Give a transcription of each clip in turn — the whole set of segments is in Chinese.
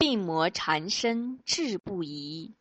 病魔缠身志不移。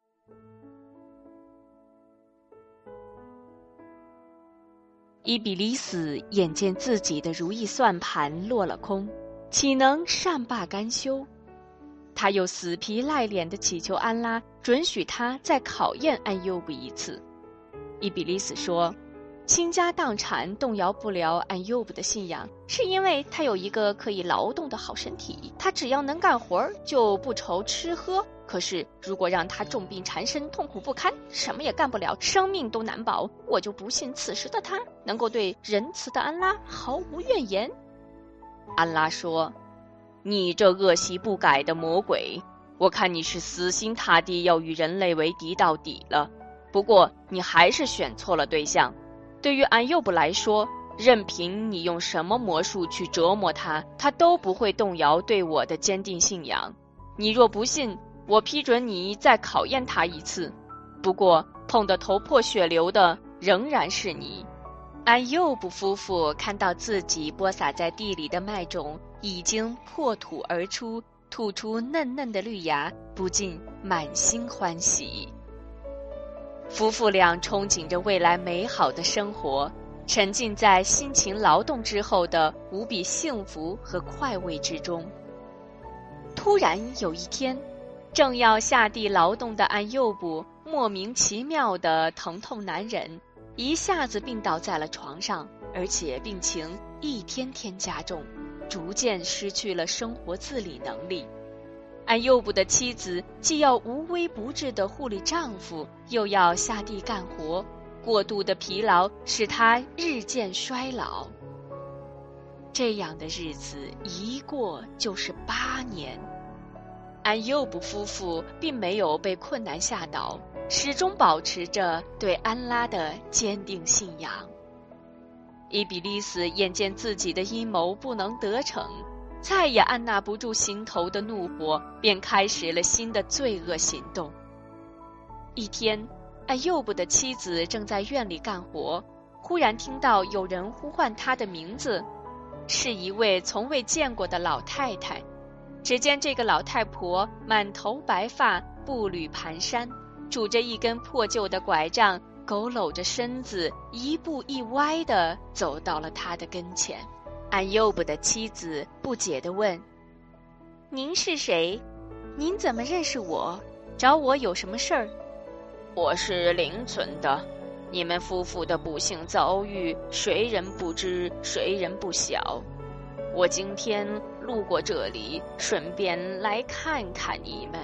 伊比利斯眼见自己的如意算盘落了空，岂能善罢甘休？他又死皮赖脸地祈求安拉准许他再考验安优布一次。伊比利斯说，倾家荡产动摇不了安优布的信仰，是因为他有一个可以劳动的好身体，他只要能干活就不愁吃喝。可是如果让他重病缠身，痛苦不堪，什么也干不了，生命都难保，我就不信此时的他能够对仁慈的安拉毫无怨言。安拉说，你这恶习不改的魔鬼，我看你是死心塌地要与人类为敌到底了。不过你还是选错了对象。对于安幼布来说，任凭你用什么魔术去折磨他，他都不会动摇对我的坚定信仰。你若不信，我批准你再考验他一次。不过碰得头破血流的仍然是你。安幼布夫妇看到自己播撒在地里的麦种已经破土而出，吐出嫩嫩的绿芽，不禁满心欢喜。夫妇俩憧憬着未来美好的生活，沉浸在辛勤劳动之后的无比幸福和快慰之中。突然有一天，正要下地劳动的安幼布莫名其妙的疼痛难忍，一下子病倒在了床上，而且病情一天天加重，逐渐失去了生活自理能力。安幼布的妻子既要无微不至地护理丈夫，又要下地干活，过度的疲劳使她日渐衰老。这样的日子一过就是8年。安幼布夫妇并没有被困难吓倒，始终保持着对安拉的坚定信仰。伊比利斯眼见自己的阴谋不能得逞，再也按捺不住心头的怒火，便开始了新的罪恶行动。一天，安幼布的妻子正在院里干活，忽然听到有人呼唤她的名字，是一位从未见过的老太太。只见这个老太婆满头白发，步履蹒跚，拄着一根破旧的拐杖，佝偻着身子，一步一歪地走到了她的跟前。安幼布的妻子不解地问，您是谁？您怎么认识我？找我有什么事儿？我是邻村的，你们夫妇的不幸遭遇，谁人不知，谁人不晓。我今天路过这里，顺便来看看你们。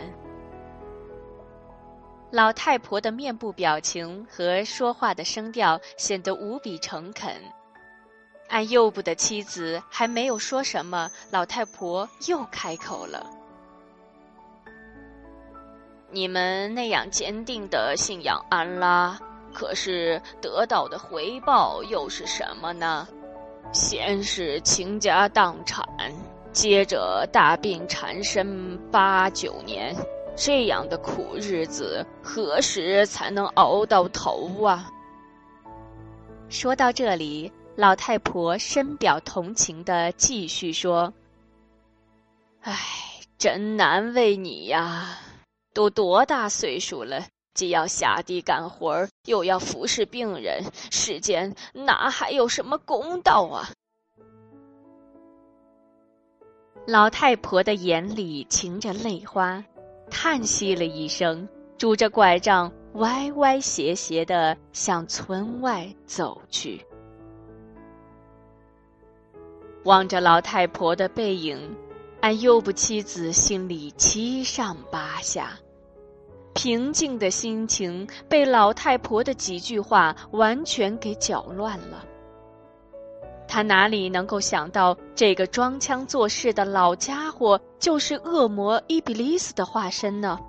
老太婆的面部表情和说话的声调显得无比诚恳。安幼布的妻子还没有说什么，老太婆又开口了，你们那样坚定地信仰安拉，可是得到的回报又是什么呢？先是倾家荡产，接着大病缠身8、9年，这样的苦日子何时才能熬到头啊？说到这里，老太婆深表同情地继续说，唉，真难为你呀，都多大岁数了，既要下地干活，又要服侍病人，世间哪还有什么公道啊？老太婆的眼里噙着泪花，叹息了一声，拄着拐杖歪歪斜斜地向村外走去。望着老太婆的背影，安幼布妻子心里七上八下，平静的心情被老太婆的几句话完全给搅乱了。他哪里能够想到，这个装腔作势的老家伙就是恶魔伊比利斯的化身呢？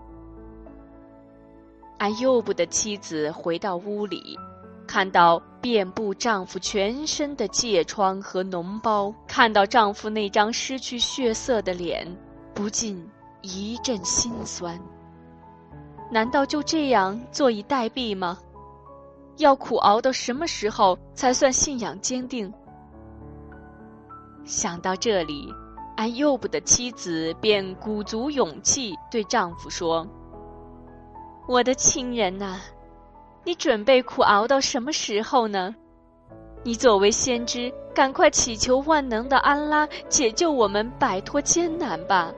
安幼布的妻子回到屋里，看到遍布丈夫全身的疥疮和脓包，看到丈夫那张失去血色的脸，不禁一阵心酸。难道就这样坐以待毙吗？要苦熬到什么时候才算信仰坚定？想到这里， 安幼布的妻子便鼓足勇气对丈夫说：“我的亲人呐，你准备苦熬到什么时候呢？你作为先知，赶快祈求万能的安拉解救我们摆脱艰难吧。”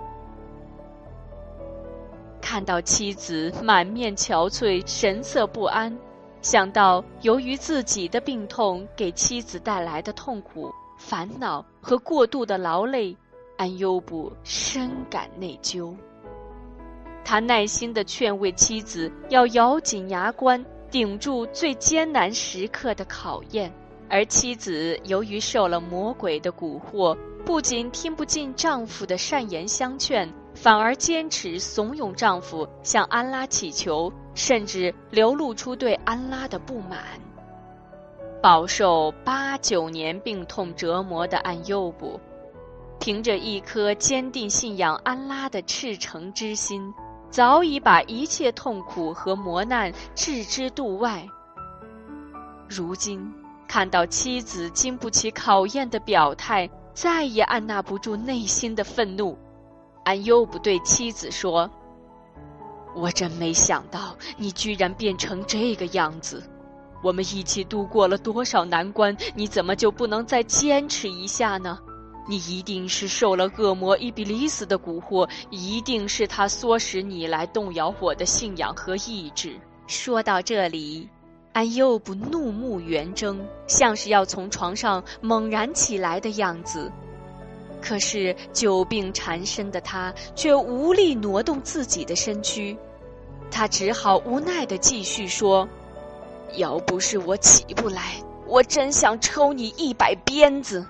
看到妻子满面憔悴，神色不安，想到由于自己的病痛给妻子带来的痛苦、烦恼和过度的劳累，安优布深感内疚。他耐心地劝慰妻子要咬紧牙关，顶住最艰难时刻的考验，而妻子由于受了魔鬼的蛊惑，不仅听不进丈夫的善言相劝，反而坚持怂恿丈夫向安拉祈求，甚至流露出对安拉的不满。饱受8、9年病痛折磨的安幼布，凭着一颗坚定信仰安拉的赤诚之心，早已把一切痛苦和磨难置之度外。如今看到妻子经不起考验的表态，再也按捺不住内心的愤怒。安幼布对妻子说：“我真没想到你居然变成这个样子，我们一起度过了多少难关，你怎么就不能再坚持一下呢？你一定是受了恶魔伊比利斯的蛊惑，一定是他唆使你来动摇我的信仰和意志。”说到这里，安幼布怒目圆睁，像是要从床上猛然起来的样子。可是久病缠身的他却无力挪动自己的身躯，他只好无奈地继续说：“要不是我起不来，我真想抽你100鞭子。”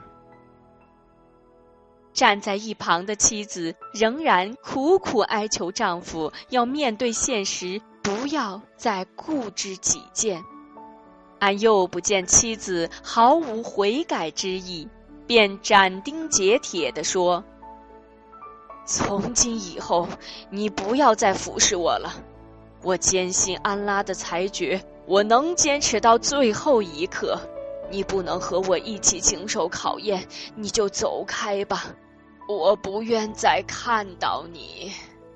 站在一旁的妻子仍然苦苦哀求丈夫要面对现实，不要再固执己见。安幼不见妻子毫无悔改之意，便斩钉截铁地说：“从今以后，你不要再服侍我了。我坚信安拉的裁决，我能坚持到最后一刻。你不能和我一起经受考验，你就走开吧，我不愿再看到你。”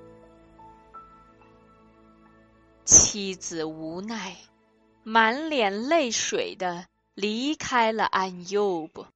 妻子无奈，满脸泪水地离开了安幼布。